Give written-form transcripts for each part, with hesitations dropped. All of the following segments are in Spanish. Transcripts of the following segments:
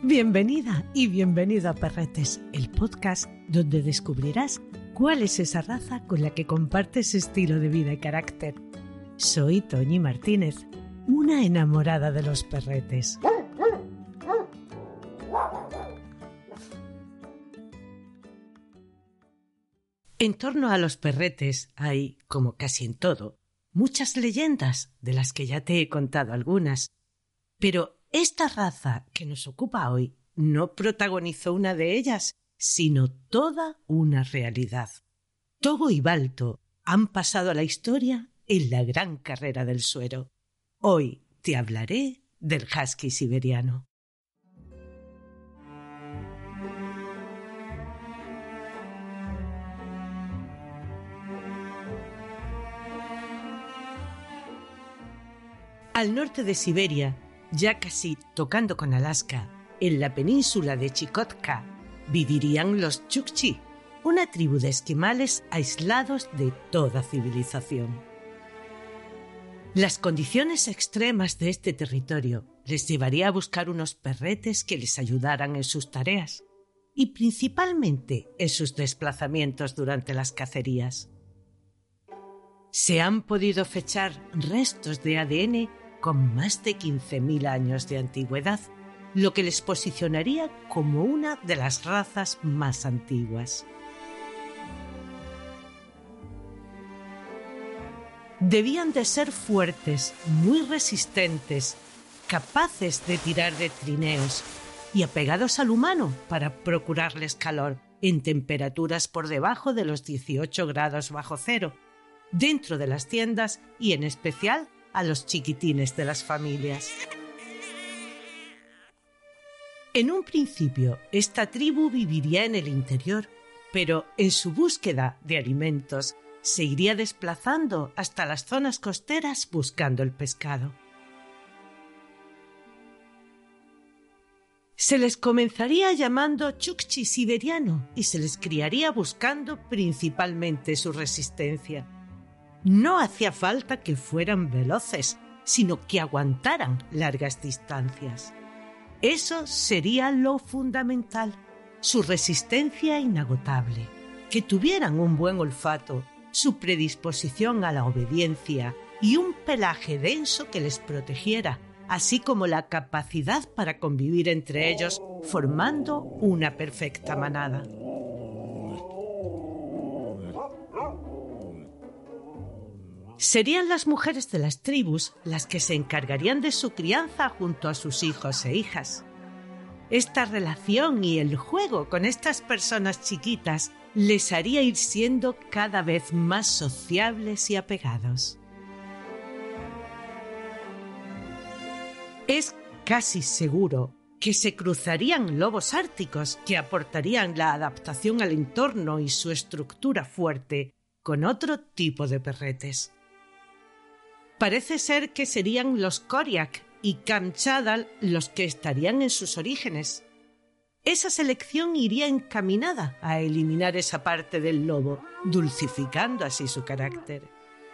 Bienvenida y bienvenido a Perretes, el podcast donde descubrirás cuál es esa raza con la que compartes estilo de vida y carácter. Soy Toñi Martínez, una enamorada de los perretes. En torno a los perretes hay, como casi en todo, muchas leyendas, de las que ya te he contado algunas. Pero esta raza que nos ocupa hoy no protagonizó una de ellas, sino toda una realidad. Togo y Balto han pasado a la historia en la gran carrera del suero. Hoy te hablaré del husky siberiano. Al norte de Siberia, ya casi tocando con Alaska, en la península de Chukotka, vivirían los Chukchi, una tribu de esquimales aislados de toda civilización. Las condiciones extremas de este territorio les llevaría a buscar unos perretes que les ayudaran en sus tareas y principalmente en sus desplazamientos durante las cacerías. Se han podido fechar restos de ADN con más de 15.000 años de antigüedad, lo que les posicionaría como una de las razas más antiguas. Debían de ser fuertes, muy resistentes, capaces de tirar de trineos y apegados al humano para procurarles calor en temperaturas por debajo de los 18 grados bajo cero, dentro de las tiendas y en especial a los chiquitines de las familias. En un principio, esta tribu viviría en el interior, pero en su búsqueda de alimentos se iría desplazando hasta las zonas costeras buscando el pescado. Se les comenzaría llamando Chukchi siberiano y se les criaría buscando principalmente su resistencia. No hacía falta que fueran veloces, sino que aguantaran largas distancias. Eso sería lo fundamental, su resistencia inagotable, que tuvieran un buen olfato, su predisposición a la obediencia y un pelaje denso que les protegiera, así como la capacidad para convivir entre ellos, formando una perfecta manada. Serían las mujeres de las tribus las que se encargarían de su crianza junto a sus hijos e hijas. Esta relación y el juego con estas personas chiquitas les haría ir siendo cada vez más sociables y apegados. Es casi seguro que se cruzarían lobos árticos que aportarían la adaptación al entorno y su estructura fuerte con otro tipo de perretes. Parece ser que serían los Koryak y Kamchadal los que estarían en sus orígenes. Esa selección iría encaminada a eliminar esa parte del lobo, dulcificando así su carácter.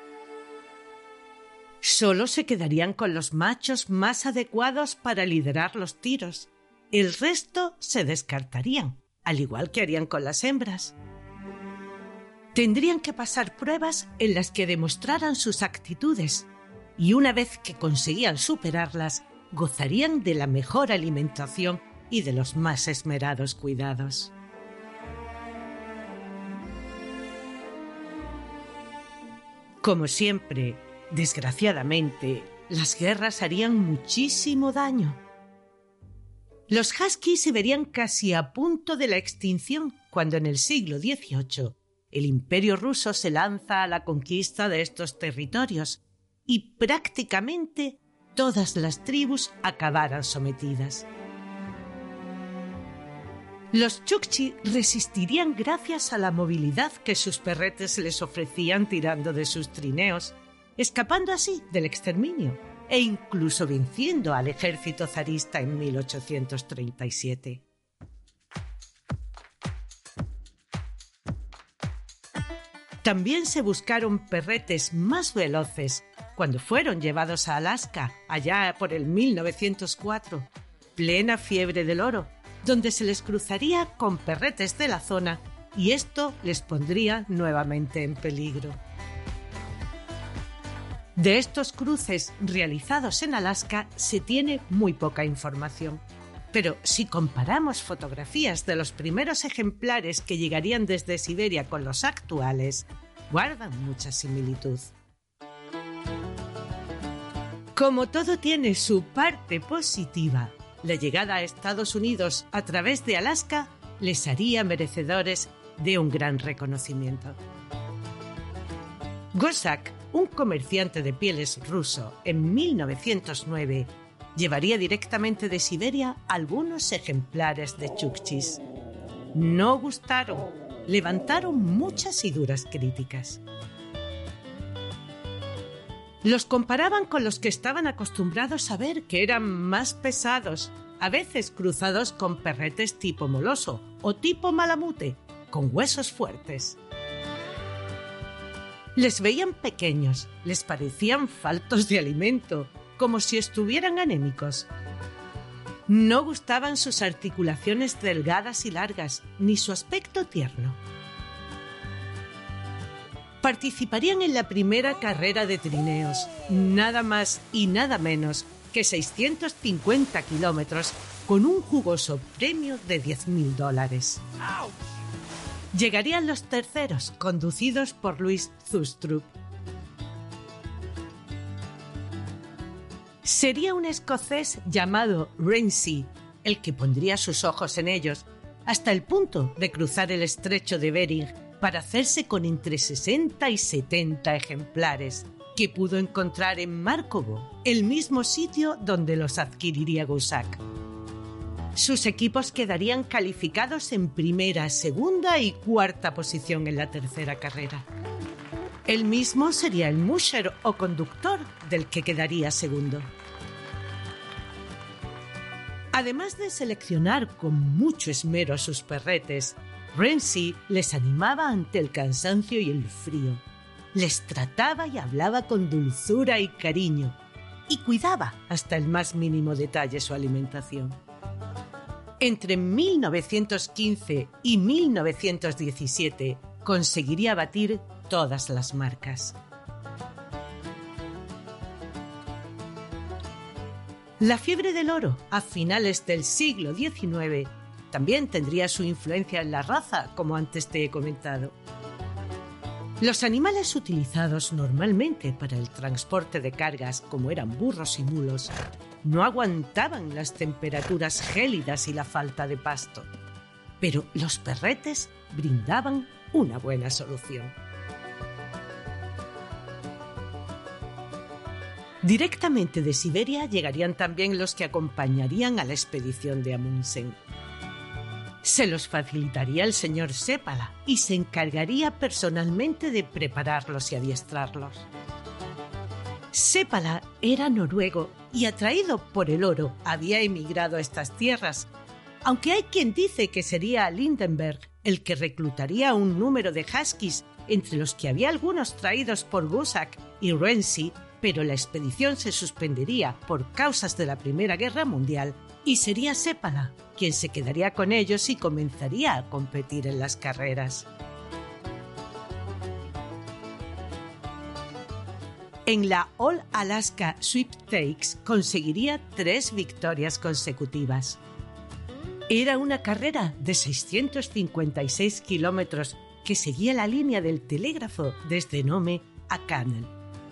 Solo se quedarían con los machos más adecuados para liderar los tiros. El resto se descartarían, al igual que harían con las hembras. Tendrían que pasar pruebas en las que demostraran sus actitudes y una vez que conseguían superarlas, gozarían de la mejor alimentación y de los más esmerados cuidados. Como siempre, desgraciadamente, las guerras harían muchísimo daño. Los huskies se verían casi a punto de la extinción cuando en el siglo XVIII el Imperio ruso se lanza a la conquista de estos territorios y prácticamente todas las tribus acabaran sometidas. Los Chukchi resistirían gracias a la movilidad que sus perretes les ofrecían tirando de sus trineos, escapando así del exterminio e incluso venciendo al ejército zarista en 1837. También se buscaron perretes más veloces cuando fueron llevados a Alaska, allá por el 1904, plena fiebre del oro, donde se les cruzaría con perretes de la zona y esto les pondría nuevamente en peligro. De estos cruces realizados en Alaska se tiene muy poca información, pero si comparamos fotografías de los primeros ejemplares que llegarían desde Siberia con los actuales, guardan mucha similitud. Como todo tiene su parte positiva, la llegada a Estados Unidos a través de Alaska les haría merecedores de un gran reconocimiento. Gosak, un comerciante de pieles ruso, en 1909, llevaría directamente de Siberia algunos ejemplares de chukchis. No gustaron, levantaron muchas y duras críticas. Los comparaban con los que estaban acostumbrados a ver, que eran más pesados, a veces cruzados con perretes tipo moloso o tipo malamute, con huesos fuertes. Les veían pequeños, les parecían faltos de alimento, como si estuvieran anémicos. No gustaban sus articulaciones delgadas y largas, ni su aspecto tierno. Participarían en la primera carrera de trineos, nada más y nada menos que 650 kilómetros, con un jugoso premio de $10,000. Llegarían los terceros, conducidos por Louis Zustrup. Sería un escocés llamado Rainsy el que pondría sus ojos en ellos, hasta el punto de cruzar el estrecho de Bering para hacerse con entre 60 y 70 ejemplares, que pudo encontrar en Markovo, el mismo sitio donde los adquiriría Gosak. Sus equipos quedarían calificados en primera, segunda y cuarta posición en la tercera carrera. Él mismo sería el musher o conductor del que quedaría segundo. Además de seleccionar con mucho esmero a sus perretes, Rainsy les animaba ante el cansancio y el frío. Les trataba y hablaba con dulzura y cariño, y cuidaba hasta el más mínimo detalle su alimentación. Entre 1915 y 1917 conseguiría batir todas las marcas. La fiebre del oro a finales del siglo XIX también tendría su influencia en la raza, como antes te he comentado. Los animales utilizados normalmente para el transporte de cargas, como eran burros y mulos, no aguantaban las temperaturas gélidas y la falta de pasto, pero los perretes brindaban una buena solución. Directamente de Siberia llegarían también los que acompañarían a la expedición de Amundsen. Se los facilitaría el señor Sepala y se encargaría personalmente de prepararlos y adiestrarlos. Sepala era noruego y, atraído por el oro, había emigrado a estas tierras, aunque hay quien dice que sería Lindenberg el que reclutaría un número de huskies, entre los que había algunos traídos por Gosak y Rainsy, pero la expedición se suspendería por causas de la Primera Guerra Mundial y sería Sepala quien se quedaría con ellos y comenzaría a competir en las carreras. En la All Alaska Sweepstakes conseguiría 3 victorias consecutivas. Era una carrera de 656 kilómetros que seguía la línea del telégrafo desde Nome a Canel.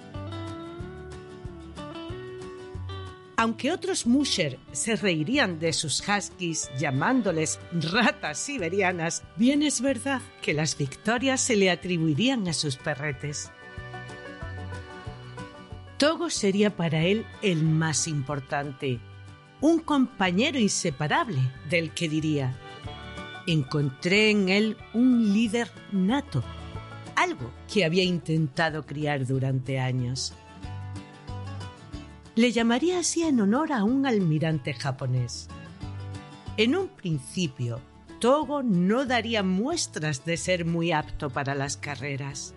Aunque otros musher se reirían de sus huskies llamándoles ratas siberianas, bien es verdad que las victorias se le atribuirían a sus perretes. Togo sería para él el más importante, un compañero inseparable del que diría: encontré en él un líder nato, algo que había intentado criar durante años. Le llamaría así en honor a un almirante japonés. En un principio, Togo no daría muestras de ser muy apto para las carreras.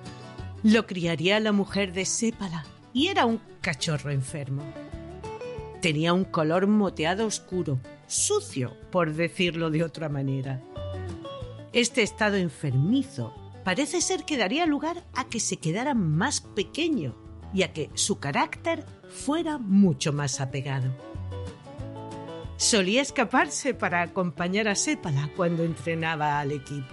Lo criaría la mujer de Sepala y era un cachorro enfermo. Tenía un color moteado oscuro, sucio, por decirlo de otra manera. Este estado enfermizo parece ser que daría lugar a que se quedara más pequeño y a que su carácter fuera mucho más apegado. Solía escaparse para acompañar a Sépala cuando entrenaba al equipo.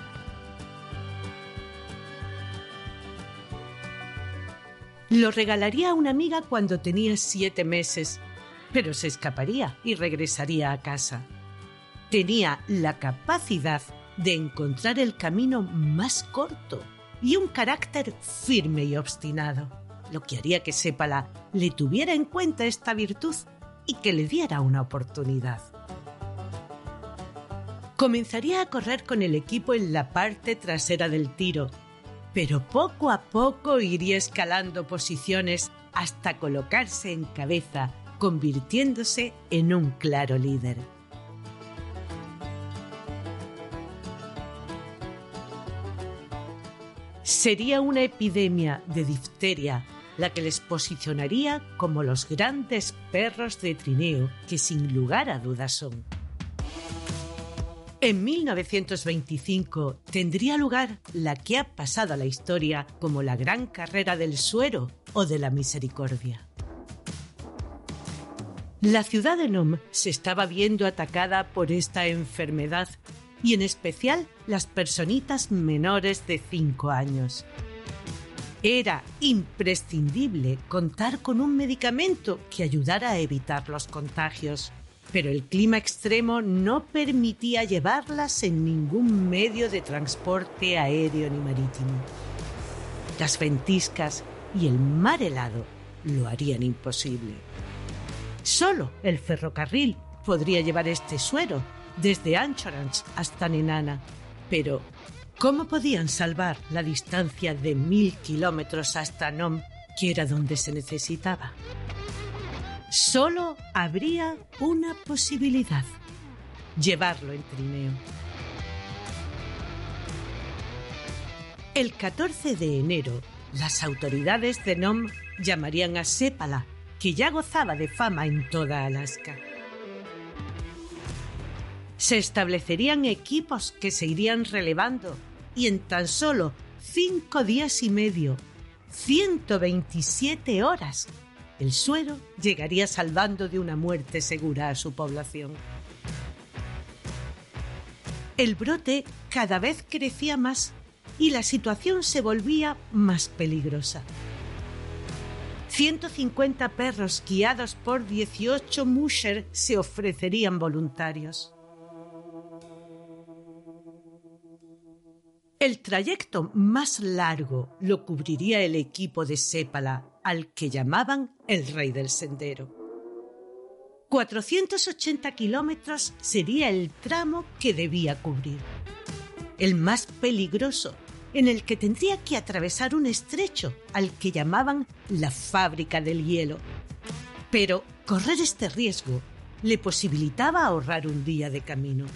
Lo regalaría a una amiga cuando tenía 7 meses, pero se escaparía y regresaría a casa. Tenía la capacidad de encontrar el camino más corto y un carácter firme y obstinado, lo que haría que Sépala le tuviera en cuenta esta virtud y que le diera una oportunidad. Comenzaría a correr con el equipo en la parte trasera del tiro, pero poco a poco iría escalando posiciones hasta colocarse en cabeza, convirtiéndose en un claro líder. Sería una epidemia de difteria la que les posicionaría como los grandes perros de trineo que sin lugar a dudas son. En 1925 tendría lugar la que ha pasado a la historia como la gran carrera del suero o de la misericordia. La ciudad de Nome se estaba viendo atacada por esta enfermedad y en especial las personitas menores de 5 años. Era imprescindible contar con un medicamento que ayudara a evitar los contagios, pero el clima extremo no permitía llevarlas en ningún medio de transporte aéreo ni marítimo. Las ventiscas y el mar helado lo harían imposible. Solo el ferrocarril podría llevar este suero desde Anchorage hasta Nenana, pero ¿cómo podían salvar la distancia de 1000 kilómetros hasta Nome, que era donde se necesitaba? Solo habría una posibilidad: llevarlo en trineo. El 14 de enero, las autoridades de Nome llamarían a Sépala, que ya gozaba de fama en toda Alaska. Se establecerían equipos que se irían relevando y en tan solo 5 días y medio, 127 horas, el suero llegaría salvando de una muerte segura a su población. El brote cada vez crecía más y la situación se volvía más peligrosa. 150 perros guiados por 18 musher se ofrecerían voluntarios. El trayecto más largo lo cubriría el equipo de Sépala, al que llamaban el Rey del Sendero. 480 kilómetros sería el tramo que debía cubrir. El más peligroso, en el que tendría que atravesar un estrecho al que llamaban la Fábrica del Hielo. Pero correr este riesgo le posibilitaba ahorrar un día de camino.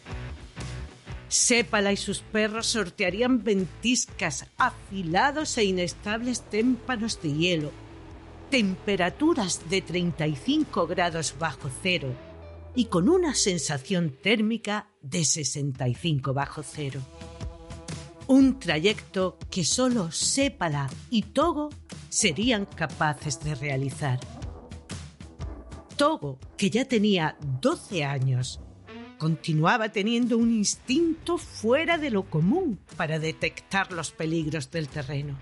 Sépala y sus perros sortearían ventiscas, afilados e inestables témpanos de hielo, temperaturas de 35 grados bajo cero y con una sensación térmica de 65 bajo cero. Un trayecto que solo Sépala y Togo serían capaces de realizar. Togo, que ya tenía 12 años, continuaba teniendo un instinto fuera de lo común para detectar los peligros del terreno.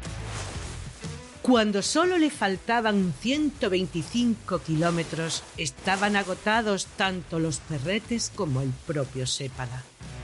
Cuando solo le faltaban 125 kilómetros, estaban agotados tanto los perretes como el propio Sépala.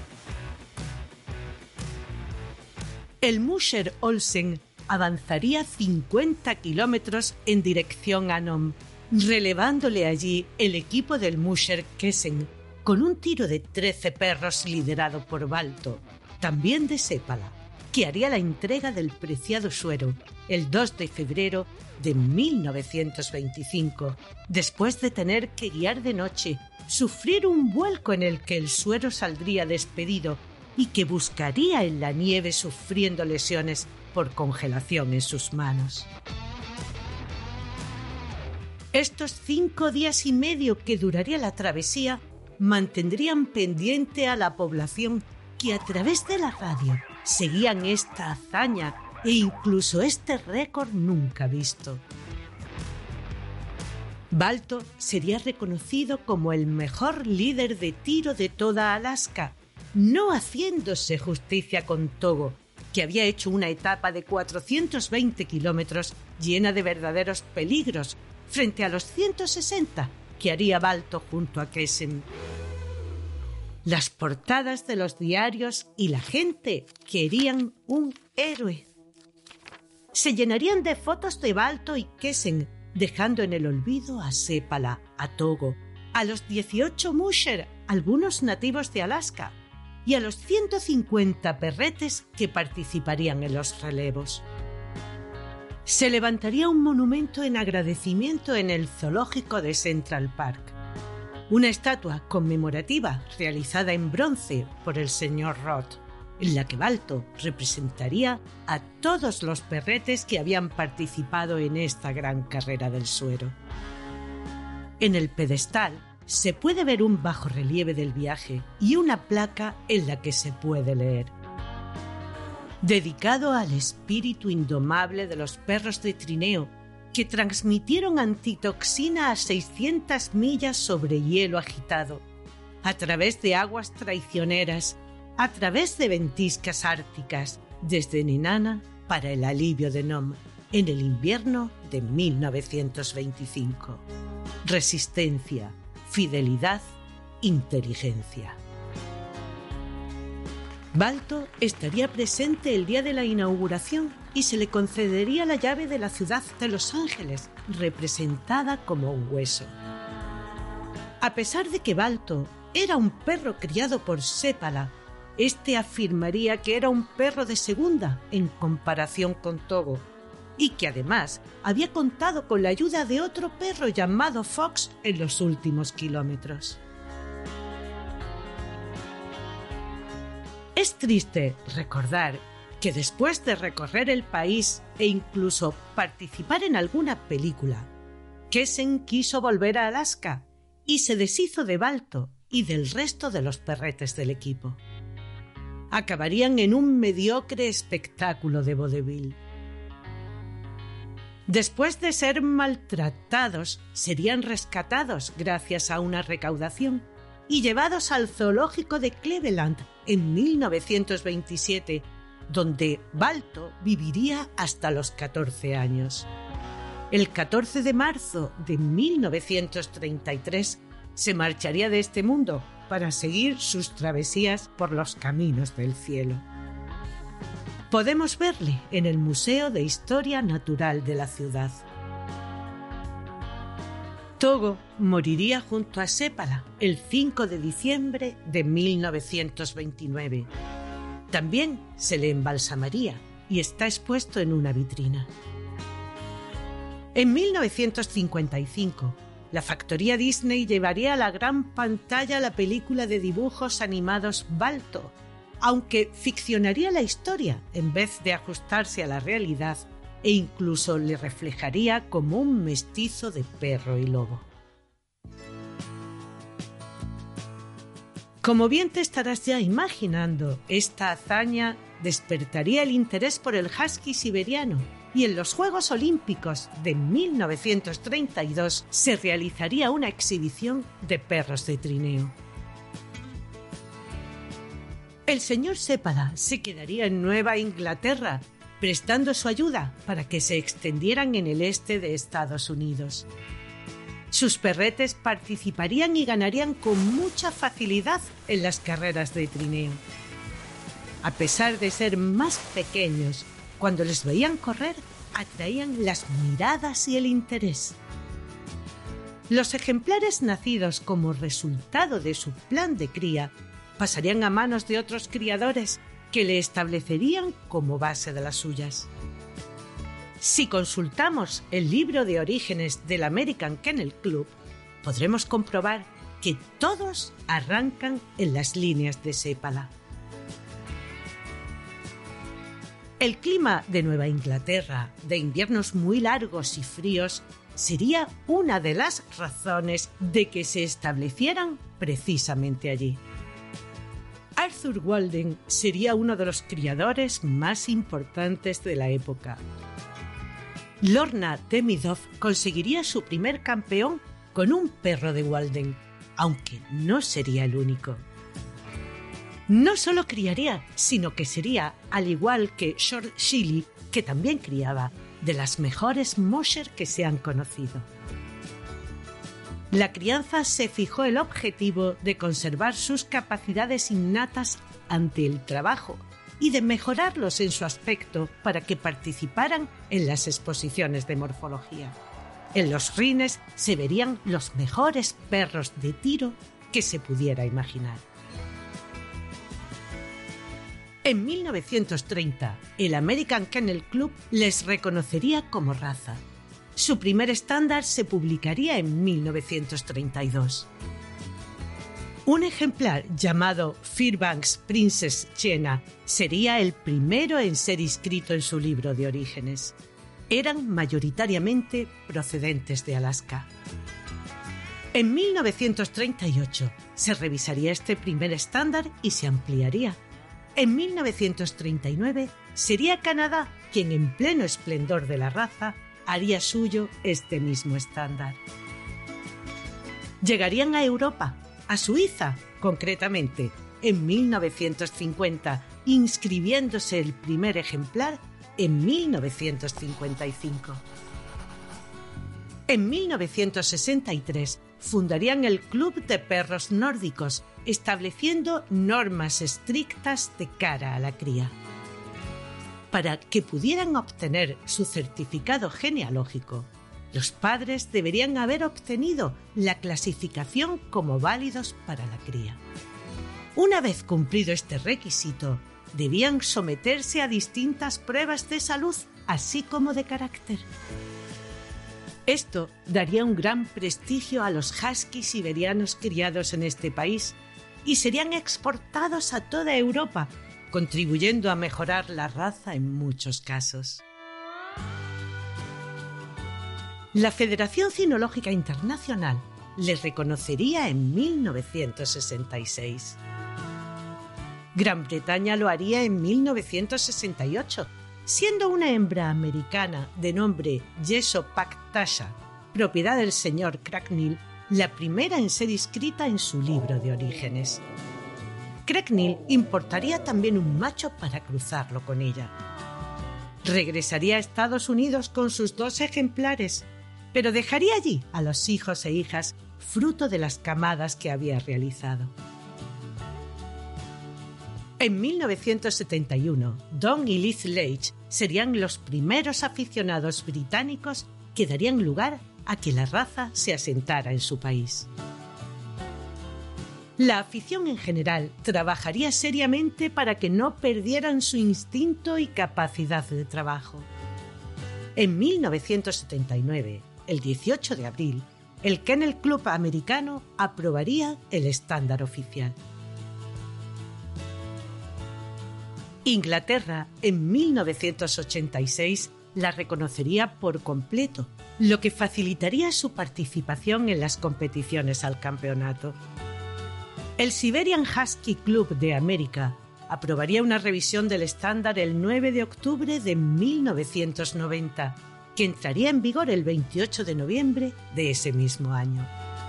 El musher Olsen avanzaría 50 kilómetros en dirección a Nome, relevándole allí el equipo del musher Kesen, con un tiro de 13 perros liderado por Balto, también de Sépala, que haría la entrega del preciado suero el 2 de febrero de 1925, después de tener que guiar de noche, sufrir un vuelco en el que el suero saldría despedido y que buscaría en la nieve sufriendo lesiones por congelación en sus manos. Estos 5 días y medio que duraría la travesía mantendrían pendiente a la población que a través de la radio seguían esta hazaña e incluso este récord nunca visto. Balto sería reconocido como el mejor líder de tiro de toda Alaska, no haciéndose justicia con Togo, que había hecho una etapa de 420 kilómetros llena de verdaderos peligros frente a los 160 que haría Balto junto a Kessen. Las portadas de los diarios y la gente querían un héroe. Se llenarían de fotos de Balto y Kessen, dejando en el olvido a Sepala, a Togo, a los 18 Musher, algunos nativos de Alaska, y a los 150 perretes que participarían en los relevos. Se levantaría un monumento en agradecimiento en el zoológico de Central Park. Una estatua conmemorativa realizada en bronce por el señor Roth, en la que Balto representaría a todos los perretes que habían participado en esta gran carrera del suero. En el pedestal se puede ver un bajorrelieve del viaje y una placa en la que se puede leer: dedicado al espíritu indomable de los perros de trineo que transmitieron antitoxina a 600 millas sobre hielo agitado, a través de aguas traicioneras, a través de ventiscas árticas, desde Nenana para el alivio de Nome, en el invierno de 1925. Resistencia, fidelidad, inteligencia. Balto estaría presente el día de la inauguración y se le concedería la llave de la ciudad de Los Ángeles, representada como un hueso. A pesar de que Balto era un perro criado por Sepala, este afirmaría que era un perro de segunda en comparación con Togo y que además había contado con la ayuda de otro perro llamado Fox en los últimos kilómetros. Es triste recordar que después de recorrer el país e incluso participar en alguna película, Kessen quiso volver a Alaska y se deshizo de Balto y del resto de los perretes del equipo. Acabarían en un mediocre espectáculo de vodevil. Después de ser maltratados, serían rescatados gracias a una recaudación y llevados al zoológico de Cleveland en 1927, donde Balto viviría hasta los 14 años. El 14 de marzo de 1933 se marcharía de este mundo para seguir sus travesías por los caminos del cielo. Podemos verle en el Museo de Historia Natural de la ciudad. Togo moriría junto a Sepala el 5 de diciembre de 1929. También se le embalsamaría y está expuesto en una vitrina. En 1955, la factoría Disney llevaría a la gran pantalla la película de dibujos animados Balto, aunque ficcionaría la historia en vez de ajustarse a la realidad e incluso le reflejaría como un mestizo de perro y lobo. Como bien te estarás ya imaginando, esta hazaña despertaría el interés por el husky siberiano y en los Juegos Olímpicos de 1932 se realizaría una exhibición de perros de trineo. El señor Sepala se quedaría en Nueva Inglaterra, prestando su ayuda para que se extendieran en el este de Estados Unidos. Sus perretes participarían y ganarían con mucha facilidad en las carreras de trineo. A pesar de ser más pequeños, cuando les veían correr, atraían las miradas y el interés. Los ejemplares nacidos como resultado de su plan de cría pasarían a manos de otros criadores que le establecerían como base de las suyas. Si consultamos el libro de orígenes del American Kennel Club, podremos comprobar que todos arrancan en las líneas de Sepala. El clima de Nueva Inglaterra, de inviernos muy largos y fríos, sería una de las razones de que se establecieran precisamente allí. Arthur Walden sería uno de los criadores más importantes de la época. Lorna Demidov conseguiría su primer campeón con un perro de Walden, aunque no sería el único. No solo criaría, sino que sería, al igual que Short Shilly, que también criaba, de las mejores Mosher que se han conocido. La crianza se fijó el objetivo de conservar sus capacidades innatas ante el trabajo y de mejorarlos en su aspecto para que participaran en las exposiciones de morfología. En los rines se verían los mejores perros de tiro que se pudiera imaginar. En 1930, el American Kennel Club les reconocería como raza. Su primer estándar se publicaría en 1932. Un ejemplar llamado Fairbanks Princess Chena sería el primero en ser inscrito en su libro de orígenes. Eran mayoritariamente procedentes de Alaska. En 1938 se revisaría este primer estándar y se ampliaría. En 1939 sería Canadá quien, en pleno esplendor de la raza, haría suyo este mismo estándar. Llegarían a Europa, a Suiza concretamente, en 1950, inscribiéndose el primer ejemplar en 1955. En 1963 fundarían el Club de Perros Nórdicos, estableciendo normas estrictas de cara a la cría. Para que pudieran obtener su certificado genealógico, los padres deberían haber obtenido la clasificación como válidos para la cría. Una vez cumplido este requisito, debían someterse a distintas pruebas de salud, así como de carácter. Esto daría un gran prestigio a los huskies siberianos criados en este país y serían exportados a toda Europa, contribuyendo a mejorar la raza en muchos casos. La Federación Cinológica Internacional les reconocería en 1966. Gran Bretaña lo haría en 1968, siendo una hembra americana de nombre Yesopak Tasha, propiedad del señor Cracknell, la primera en ser inscrita en su libro de orígenes. Cracknell importaría también un macho para cruzarlo con ella. Regresaría a Estados Unidos con sus 2 ejemplares, pero dejaría allí a los hijos e hijas fruto de las camadas que había realizado. En 1971, Don y Liz Leitch serían los primeros aficionados británicos que darían lugar a que la raza se asentara en su país. La afición en general trabajaría seriamente para que no perdieran su instinto y capacidad de trabajo. En 1979, el 18 de abril, el Kennel Club americano aprobaría el estándar oficial. Inglaterra, en 1986, la reconocería por completo, lo que facilitaría su participación en las competiciones al campeonato. El Siberian Husky Club de América aprobaría una revisión del estándar el 9 de octubre de 1990, que entraría en vigor el 28 de noviembre de ese mismo año.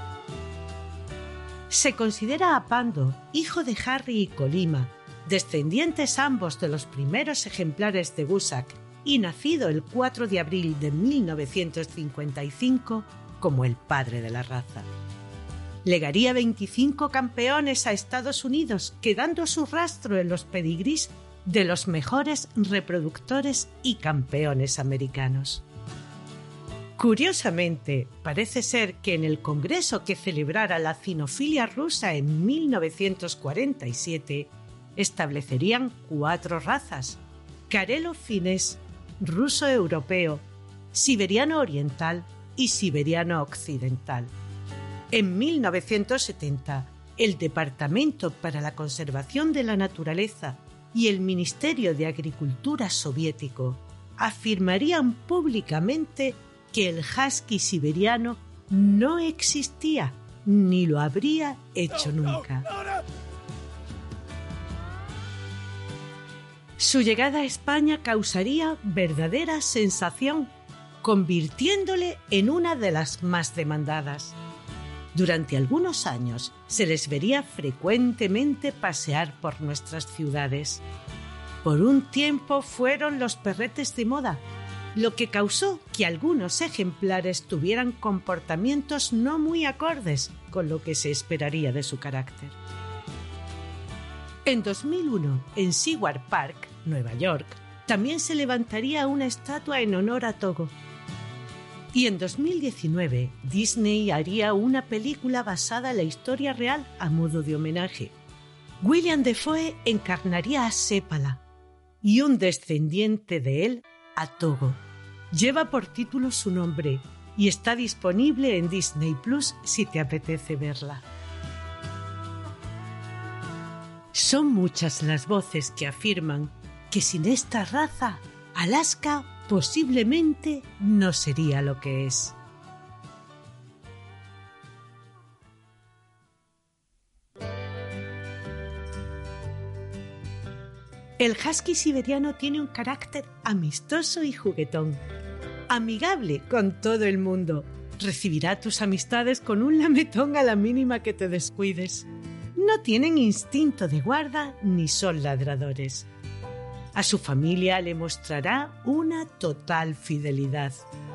Se considera a Pando, hijo de Harry y Colima, descendientes ambos de los primeros ejemplares de Gusak y nacido el 4 de abril de 1955, como el padre de la raza. Legaría 25 campeones a Estados Unidos, quedando su rastro en los pedigrís de los mejores reproductores y campeones americanos. Curiosamente, parece ser que en el congreso que celebrara la cinofilia rusa en 1947, establecerían 4 razas: Karelo finés, ruso europeo, siberiano oriental y siberiano occidental. En 1970, el Departamento para la Conservación de la Naturaleza y el Ministerio de Agricultura soviético afirmarían públicamente que el husky siberiano no existía ni lo habría hecho nunca. Su llegada a España causaría verdadera sensación, convirtiéndole en una de las más demandadas. Durante algunos años se les vería frecuentemente pasear por nuestras ciudades. Por un tiempo fueron los perretes de moda, lo que causó que algunos ejemplares tuvieran comportamientos no muy acordes con lo que se esperaría de su carácter. En 2001, en Seward Park, Nueva York, también se levantaría una estatua en honor a Togo. Y en 2019, Disney haría una película basada en la historia real a modo de homenaje. William Dafoe encarnaría a Sépala y un descendiente de él a Togo. Lleva por título su nombre y está disponible en Disney Plus si te apetece verla. Son muchas las voces que afirman que sin esta raza, Alaska posiblemente no sería lo que es. El husky siberiano tiene un carácter amistoso y juguetón, amigable con todo el mundo. Recibirá tus amistades con un lametón a la mínima que te descuides. No tienen instinto de guarda ni son ladradores. A su familia le mostrará una total fidelidad.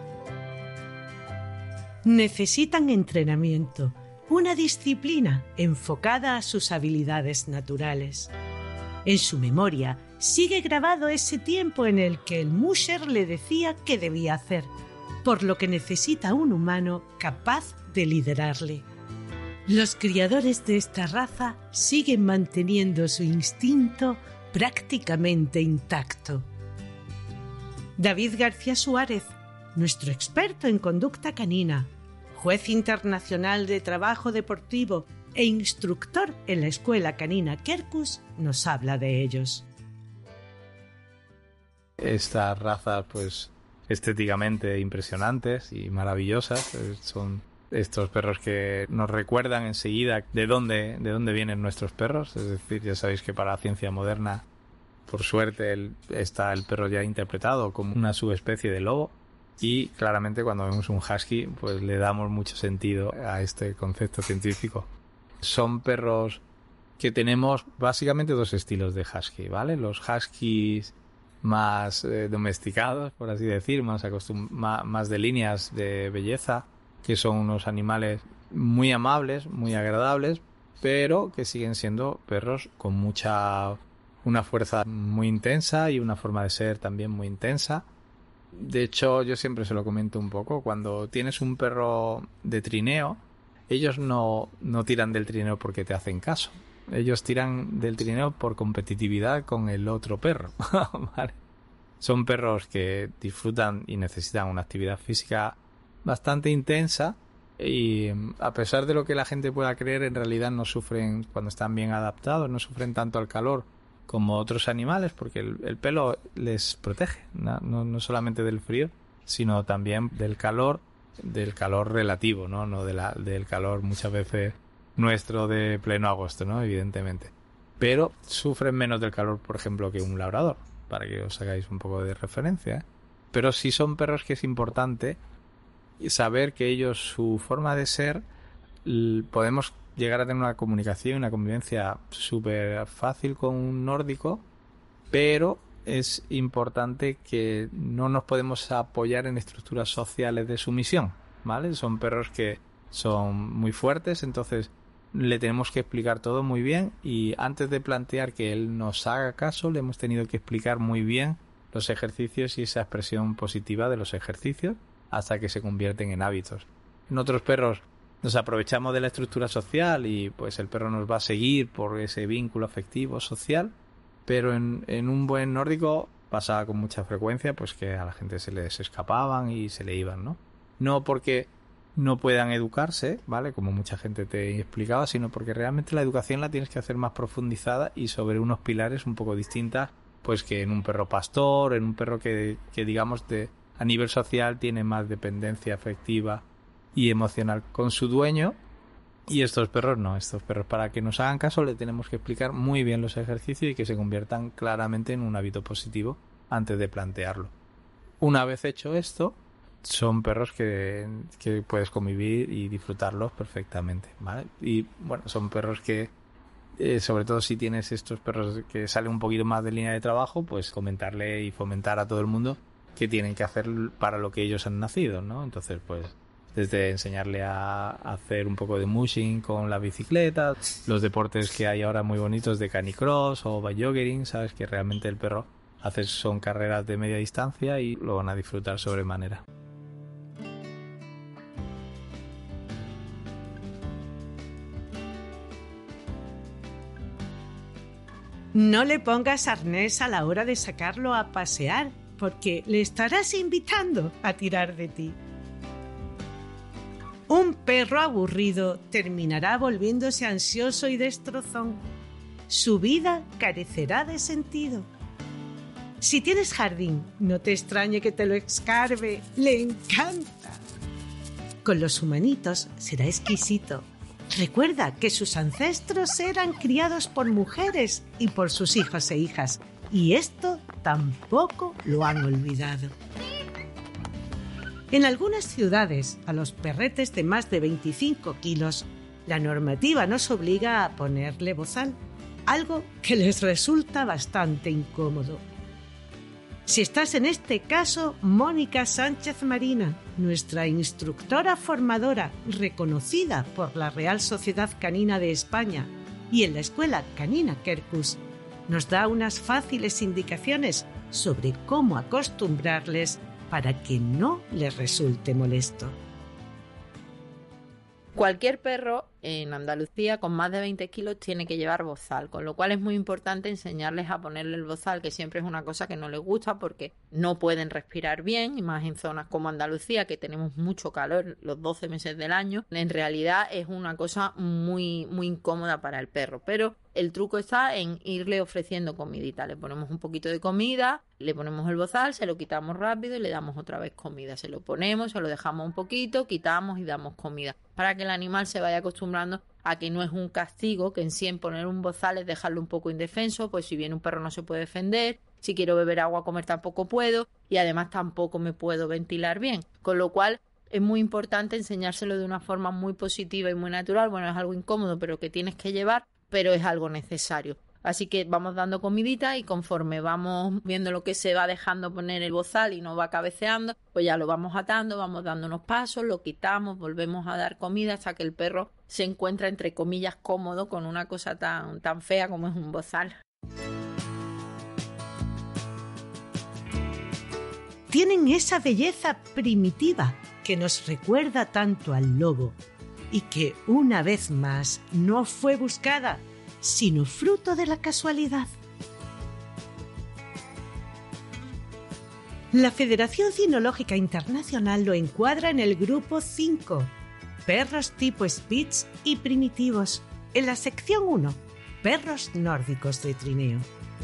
Necesitan entrenamiento, una disciplina enfocada a sus habilidades naturales. En su memoria sigue grabado ese tiempo en el que el musher le decía qué debía hacer, por lo que necesita un humano capaz de liderarle. Los criadores de esta raza siguen manteniendo su instinto prácticamente intacto. David García Suárez, nuestro experto en conducta canina, juez internacional de trabajo deportivo e instructor en la escuela canina Kerkus, nos habla de ellos. Estas razas, pues, estéticamente impresionantes y maravillosas, son estos perros que nos recuerdan enseguida de dónde vienen nuestros perros. Es decir, ya sabéis que para la ciencia moderna, por suerte, está el perro ya interpretado como una subespecie de lobo, y claramente cuando vemos un husky, pues le damos mucho sentido a este concepto científico. Son perros que tenemos básicamente dos estilos de husky, ¿vale? Los huskies más domesticados, por así decir, más de líneas de belleza, que son unos animales muy amables, muy agradables, pero que siguen siendo perros con una fuerza muy intensa y una forma de ser también muy intensa. De hecho, yo siempre se lo comento un poco, cuando tienes un perro de trineo, ellos no tiran del trineo porque te hacen caso. Ellos tiran del trineo por competitividad con el otro perro. ¿Vale? Son perros que disfrutan y necesitan una actividad física bastante intensa, y a pesar de lo que la gente pueda creer, en realidad no sufren, cuando están bien adaptados, no sufren tanto al calor como otros animales, porque el pelo les protege, no solamente del frío, sino también del calor relativo, no del calor muchas veces nuestro de pleno agosto, ¿no? Evidentemente. Pero sufren menos del calor, por ejemplo, que un labrador, para que os hagáis un poco de referencia, ¿eh? Pero sí son perros que es importante saber que ellos, su forma de ser, podemos llegar a tener una comunicación y una convivencia súper fácil con un nórdico, pero es importante que no nos podemos apoyar en estructuras sociales de sumisión, ¿vale? Son perros que son muy fuertes, entonces le tenemos que explicar todo muy bien, y antes de plantear que él nos haga caso, le hemos tenido que explicar muy bien los ejercicios y esa expresión positiva de los ejercicios hasta que se convierten en hábitos. En otros perros nos aprovechamos de la estructura social y pues el perro nos va a seguir por ese vínculo afectivo social, pero en un buen nórdico pasaba con mucha frecuencia pues que a la gente se les escapaban y se le iban, ¿no? No porque no puedan educarse, ¿vale? Como mucha gente te explicaba, sino porque realmente la educación la tienes que hacer más profundizada y sobre unos pilares un poco distintas, pues que en un perro pastor, en un perro que digamos a nivel social tiene más dependencia afectiva y emocional con su dueño. Y estos perros no, estos perros para que nos hagan caso le tenemos que explicar muy bien los ejercicios y que se conviertan claramente en un hábito positivo antes de plantearlo. Una vez hecho esto, son perros que puedes convivir y disfrutarlos perfectamente, ¿vale? Y bueno, son perros que, sobre todo si tienes estos perros que salen un poquito más de línea de trabajo, pues comentarle y fomentar a todo el mundo que tienen que hacer para lo que ellos han nacido, ¿no? Entonces, pues, desde enseñarle a hacer un poco de mushing con la bicicleta, los deportes que hay ahora muy bonitos de canicross o bayoggering, ¿sabes? Que realmente el perro son carreras de media distancia y lo van a disfrutar sobremanera. No le pongas arnés a la hora de sacarlo a pasear, porque le estarás invitando a tirar de ti. Un perro aburrido terminará volviéndose ansioso y destrozón. Su vida carecerá de sentido. Si tienes jardín, no te extrañe que te lo escarbe, le encanta. Con los humanitos será exquisito. Recuerda que sus ancestros eran criados por mujeres y por sus hijos e hijas, y esto tampoco lo han olvidado. En algunas ciudades, a los perretes de más de 25 kilos, la normativa nos obliga a ponerle bozal, algo que les resulta bastante incómodo. Si estás en este caso, Mónica Sánchez Marina, nuestra instructora formadora reconocida por la Real Sociedad Canina de España y en la Escuela Canina Quercus, nos da unas fáciles indicaciones sobre cómo acostumbrarles para que no les resulte molesto. Cualquier perro en Andalucía con más de 20 kilos tiene que llevar bozal, con lo cual es muy importante enseñarles a ponerle el bozal, que siempre es una cosa que no les gusta porque no pueden respirar bien, y más en zonas como Andalucía, que tenemos mucho calor los 12 meses del año. En realidad es una cosa muy, muy incómoda para el perro, pero el truco está en irle ofreciendo comidita. Le ponemos un poquito de comida, le ponemos el bozal, se lo quitamos rápido y le damos otra vez comida. Se lo ponemos, se lo dejamos un poquito, quitamos y damos comida, para que el animal se vaya acostumbrando a que no es un castigo, que en sí en poner un bozal es dejarlo un poco indefenso, pues si viene un perro no se puede defender, si quiero beber agua o comer tampoco puedo, y además tampoco me puedo ventilar bien, con lo cual es muy importante enseñárselo de una forma muy positiva y muy natural. Bueno, es algo incómodo, pero que tienes que llevar, pero es algo necesario. Así que vamos dando comidita y conforme vamos viendo lo que se va dejando poner el bozal y no va cabeceando, pues ya lo vamos atando, vamos dando unos pasos, lo quitamos, volvemos a dar comida hasta que el perro se encuentra, entre comillas, cómodo con una cosa tan fea como es un bozal. Tienen esa belleza primitiva que nos recuerda tanto al lobo y que, una vez más, no fue buscada, sino fruto de la casualidad. La Federación Cinológica Internacional lo encuadra en el grupo 5, perros tipo Spitz y primitivos, en la sección 1, perros nórdicos de trineo.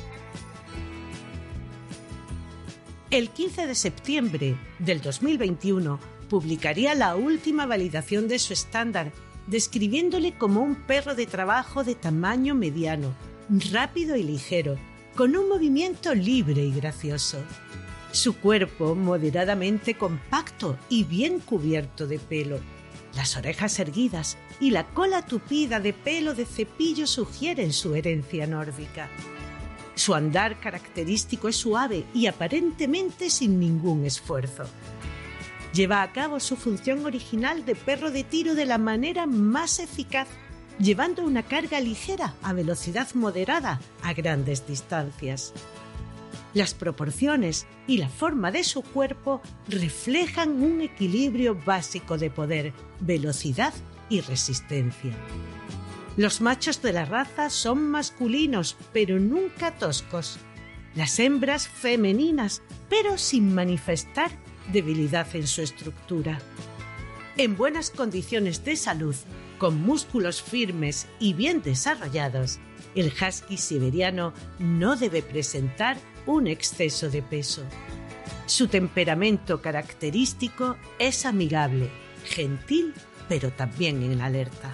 El 15 de septiembre del 2021 publicaría la última validación de su estándar, describiéndole como un perro de trabajo de tamaño mediano, rápido y ligero, con un movimiento libre y gracioso. Su cuerpo moderadamente compacto y bien cubierto de pelo. Las orejas erguidas y la cola tupida de pelo de cepillo sugieren su herencia nórdica. Su andar característico es suave y aparentemente sin ningún esfuerzo. Lleva a cabo su función original de perro de tiro de la manera más eficaz, llevando una carga ligera a velocidad moderada a grandes distancias. Las proporciones y la forma de su cuerpo reflejan un equilibrio básico de poder, velocidad y resistencia. Los machos de la raza son masculinos, pero nunca toscos. Las hembras femeninas, pero sin manifestar debilidad en su estructura. En buenas condiciones de salud, con músculos firmes y bien desarrollados, el husky siberiano no debe presentar un exceso de peso. Su temperamento característico es amigable, gentil, pero también en alerta.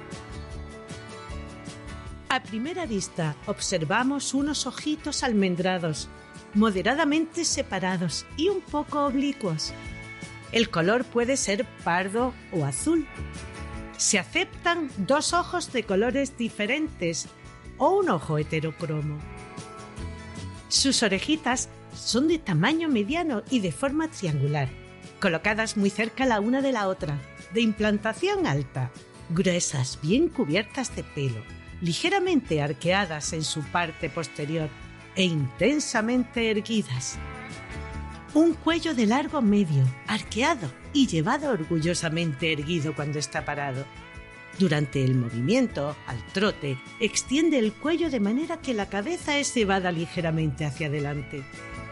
A primera vista observamos unos ojitos almendrados, moderadamente separados y un poco oblicuos. El color puede ser pardo o azul. Se aceptan 2 ojos de colores diferentes o un ojo heterocromo. Sus orejitas son de tamaño mediano y de forma triangular, colocadas muy cerca la una de la otra, de implantación alta, gruesas, bien cubiertas de pelo, ligeramente arqueadas en su parte posterior e intensamente erguidas. Un cuello de largo medio, arqueado y llevado orgullosamente erguido cuando está parado. Durante el movimiento, al trote, extiende el cuello de manera que la cabeza es llevada ligeramente hacia adelante.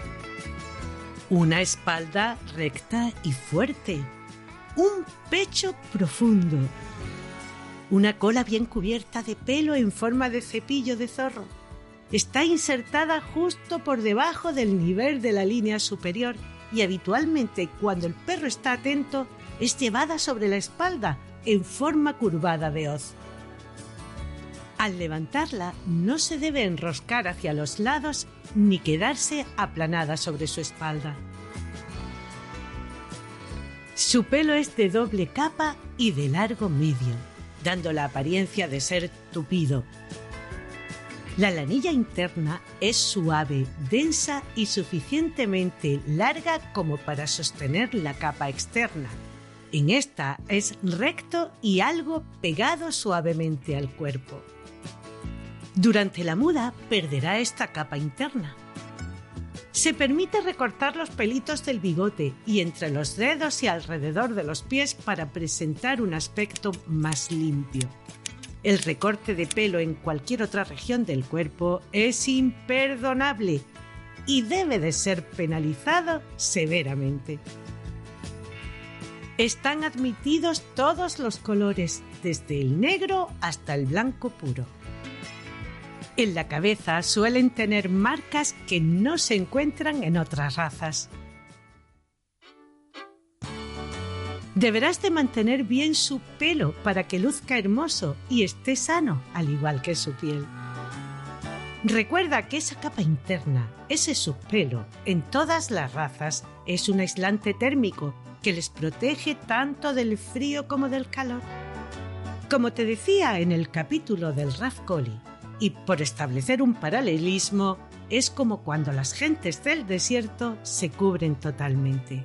Una espalda recta y fuerte. Un pecho profundo. Una cola bien cubierta de pelo en forma de cepillo de zorro. Está insertada justo por debajo del nivel de la línea superior y habitualmente, cuando el perro está atento, es llevada sobre la espalda en forma curvada de hoz. Al levantarla, no se debe enroscar hacia los lados ni quedarse aplanada sobre su espalda. Su pelo es de doble capa y de largo medio, dando la apariencia de ser tupido. La lanilla interna es suave, densa y suficientemente larga como para sostener la capa externa. En esta es recto y algo pegado suavemente al cuerpo. Durante la muda perderá esta capa interna. Se permite recortar los pelitos del bigote y entre los dedos y alrededor de los pies para presentar un aspecto más limpio. El recorte de pelo en cualquier otra región del cuerpo es imperdonable y debe de ser penalizado severamente. Están admitidos todos los colores, desde el negro hasta el blanco puro. En la cabeza suelen tener marcas que no se encuentran en otras razas. Deberás de mantener bien su pelo para que luzca hermoso y esté sano, al igual que su piel. Recuerda que esa capa interna, ese subpelo, en todas las razas, es un aislante térmico que les protege tanto del frío como del calor. Como te decía en el capítulo del Rough Collie, y por establecer un paralelismo, es como cuando las gentes del desierto se cubren totalmente.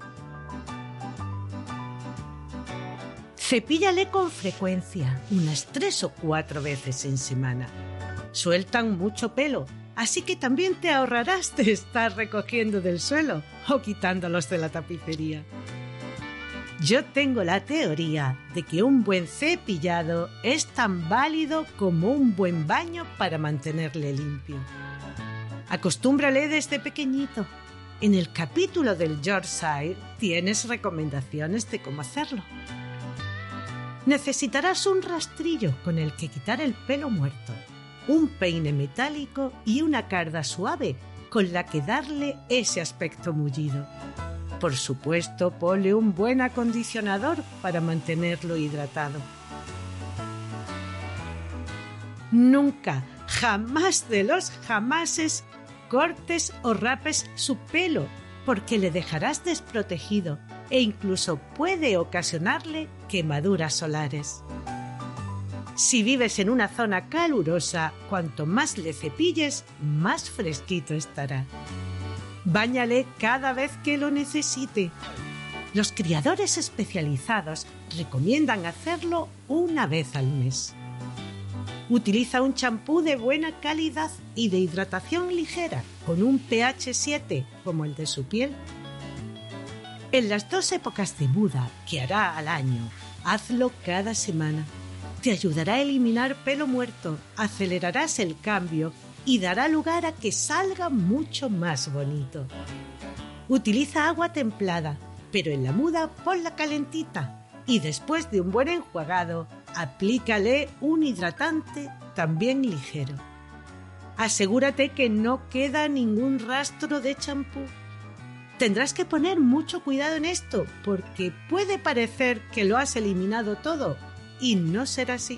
Cepíllale con frecuencia, unas 3 o 4 veces en semana. Sueltan mucho pelo, así que también te ahorrarás de estar recogiendo del suelo o quitándolos de la tapicería. Yo tengo la teoría de que un buen cepillado es tan válido como un buen baño para mantenerle limpio. Acostúmbrale desde pequeñito. En el capítulo del Yorkshire tienes recomendaciones de cómo hacerlo. Necesitarás un rastrillo con el que quitar el pelo muerto, un peine metálico y una carda suave con la que darle ese aspecto mullido. Por supuesto, ponle un buen acondicionador para mantenerlo hidratado. Nunca, jamás de los jamases, cortes o rapes su pelo, porque le dejarás desprotegido e incluso puede ocasionarle quemaduras solares. Si vives en una zona calurosa, cuanto más le cepilles, más fresquito estará. Báñale cada vez que lo necesite. Los criadores especializados recomiendan hacerlo una vez al mes. Utiliza un champú de buena calidad y de hidratación ligera, con un pH 7 como el de su piel. En las 2 épocas de muda que hará al año, hazlo cada semana. Te ayudará a eliminar pelo muerto, acelerarás el cambio y dará lugar a que salga mucho más bonito. Utiliza agua templada, pero en la muda ponla calentita Y después de un buen enjuagado, aplícale un hidratante también ligero. Asegúrate que no queda ningún rastro de champú. Tendrás que poner mucho cuidado en esto, porque puede parecer que lo has eliminado todo y no será así.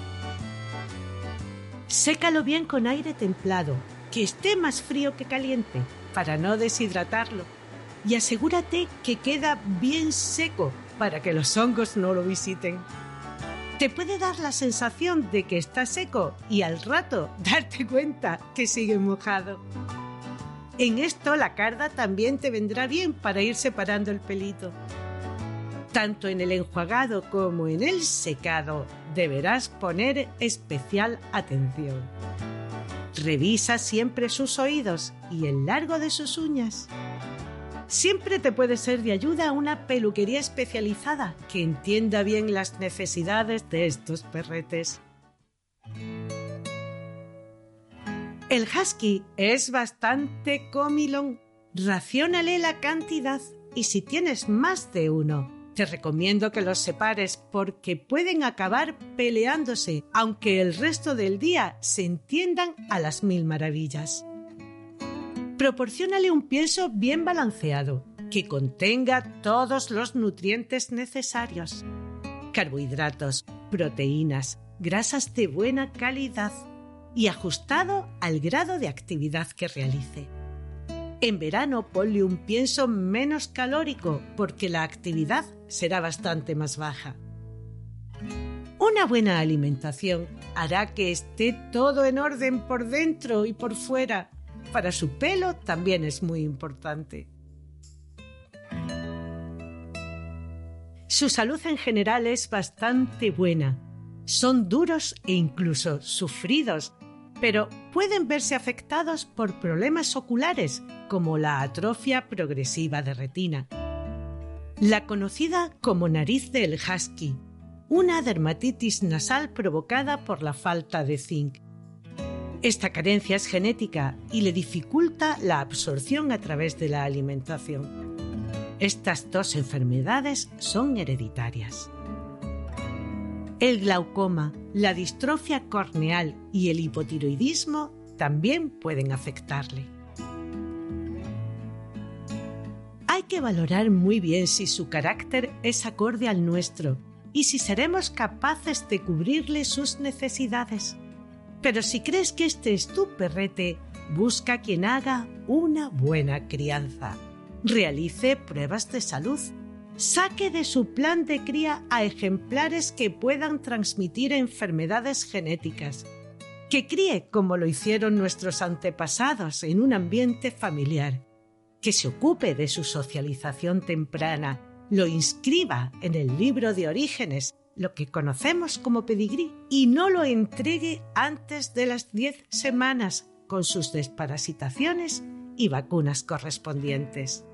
Sécalo bien con aire templado, que esté más frío que caliente, para no deshidratarlo. Y asegúrate que queda bien seco, para que los hongos no lo visiten. Te puede dar la sensación de que está seco y al rato darte cuenta que sigue mojado. En esto la carda también te vendrá bien para ir separando el pelito. Tanto en el enjuagado como en el secado deberás poner especial atención. Revisa siempre sus oídos y el largo de sus uñas. Siempre te puede ser de ayuda una peluquería especializada que entienda bien las necesidades de estos perretes. El husky es bastante comilón. Raciónale la cantidad y si tienes más de uno, te recomiendo que los separes porque pueden acabar peleándose, aunque el resto del día se entiendan a las mil maravillas. Proporciónale un pienso bien balanceado, que contenga todos los nutrientes necesarios. Carbohidratos, proteínas, grasas de buena calidad y ajustado al grado de actividad que realice. En verano ponle un pienso menos calórico porque la actividad será bastante más baja. Una buena alimentación hará que esté todo en orden por dentro y por fuera. Para su pelo también es muy importante. Su salud en general es bastante buena. Son duros e incluso sufridos, pero pueden verse afectados por problemas oculares como la atrofia progresiva de retina, la conocida como nariz del husky, una dermatitis nasal provocada por la falta de zinc. Esta carencia es genética y le dificulta la absorción a través de la alimentación. Estas dos enfermedades son hereditarias. El glaucoma, la distrofia corneal y el hipotiroidismo también pueden afectarle. Hay que valorar muy bien si su carácter es acorde al nuestro y si seremos capaces de cubrirle sus necesidades. Pero si crees que este es tu perrete, busca quien haga una buena crianza. Realice pruebas de salud. Saque de su plan de cría a ejemplares que puedan transmitir enfermedades genéticas. Que críe como lo hicieron nuestros antepasados en un ambiente familiar. Que se ocupe de su socialización temprana. Lo inscriba en el libro de orígenes, lo que conocemos como pedigrí, y no lo entregue antes de las 10 semanas con sus desparasitaciones y vacunas correspondientes.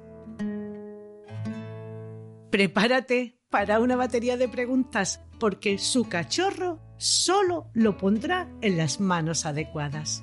Prepárate para una batería de preguntas porque su cachorro solo lo pondrá en las manos adecuadas.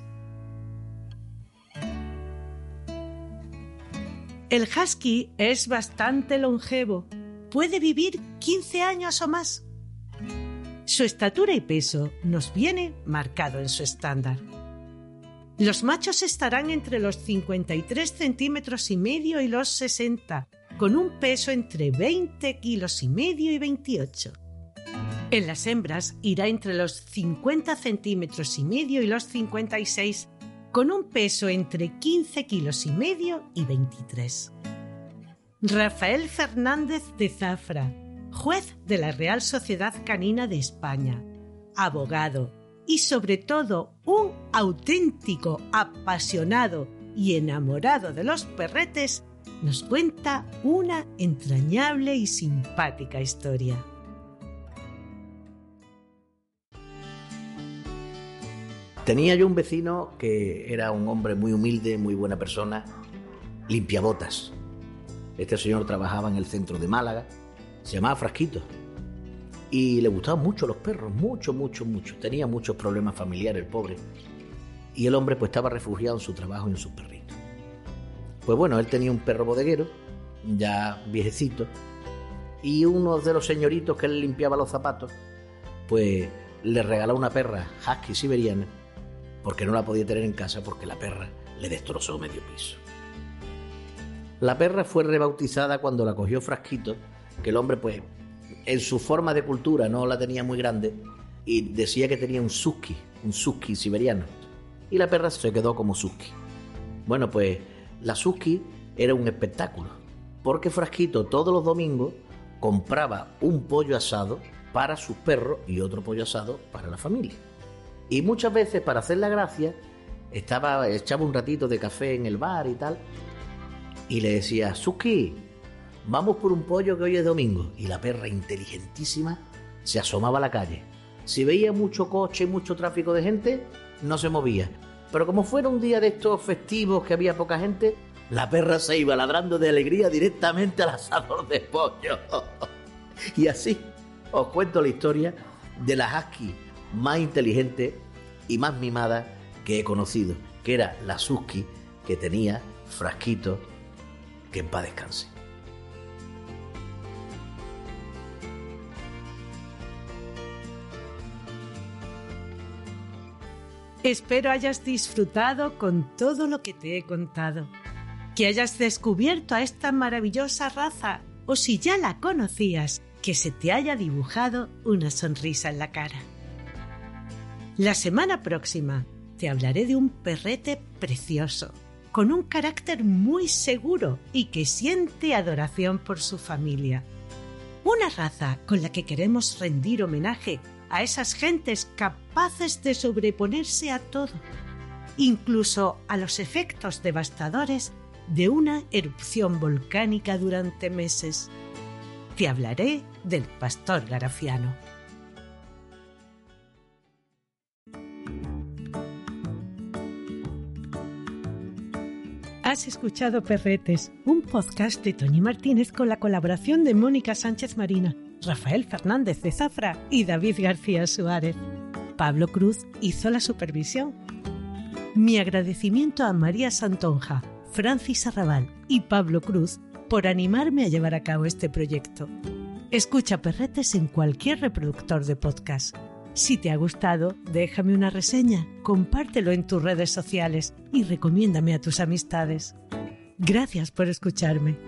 El husky es bastante longevo. Puede vivir 15 años o más. Su estatura y peso nos viene marcado en su estándar. Los machos estarán entre los 53 centímetros y medio y los 60, con un peso entre 20 kilos y medio y 28. En las hembras irá entre los 50 centímetros y medio y los 56, con un peso entre 15 kilos y medio y 23. Rafael Fernández de Zafra, juez de la Real Sociedad Canina de España, abogado y sobre todo un auténtico apasionado y enamorado de los perretes, nos cuenta una entrañable y simpática historia. Tenía yo un vecino que era un hombre muy humilde, muy buena persona, limpiabotas. Este señor trabajaba en el centro de Málaga, se llamaba Frasquito y le gustaban mucho los perros, mucho. Tenía muchos problemas familiares, el pobre. Y el hombre pues estaba refugiado en su trabajo y en sus perritos. Pues bueno, él tenía un perro bodeguero, ya viejecito, y uno de los señoritos que le limpiaba los zapatos, pues le regaló una perra husky siberiana, porque no la podía tener en casa porque la perra le destrozó medio piso. La perra fue rebautizada cuando la cogió Frasquito, que el hombre pues en su forma de cultura no la tenía muy grande y decía que tenía un Susky siberiano, y la perra se quedó como Susky. Bueno, pues la Susky era un espectáculo, porque Frasquito todos los domingos compraba un pollo asado para sus perros y otro pollo asado para la familia. Y muchas veces, para hacer la gracia, echaba un ratito de café en el bar y tal, y le decía: Susky, vamos por un pollo que hoy es domingo. Y la perra, inteligentísima, se asomaba a la calle. Si veía mucho coche y mucho tráfico de gente, no se movía. Pero como fuera un día de estos festivos que había poca gente, la perra se iba ladrando de alegría directamente al asador de pollo. Y así os cuento la historia de la husky más inteligente y más mimada que he conocido, que era la Susky que tenía Frasquito, que en paz descanse. Espero hayas disfrutado con todo lo que te he contado, que hayas descubierto a esta maravillosa raza, o si ya la conocías, que se te haya dibujado una sonrisa en la cara. La semana próxima te hablaré de un perrete precioso, con un carácter muy seguro y que siente adoración por su familia. Una raza con la que queremos rendir homenaje a esas gentes capaces de sobreponerse a todo, incluso a los efectos devastadores de una erupción volcánica durante meses. Te hablaré del pastor garafiano. Has escuchado Perretes, un podcast de Toñi Martínez con la colaboración de Mónica Sánchez Marina, Rafael Fernández de Zafra y David García Suárez. Pablo Cruz hizo la supervisión. Mi agradecimiento a María Santonja, Francis Arrabal y Pablo Cruz por animarme a llevar a cabo este proyecto. Escucha Perretes en cualquier reproductor de podcast. Si te ha gustado, déjame una reseña, compártelo en tus redes sociales y recomiéndame a tus amistades. Gracias por escucharme.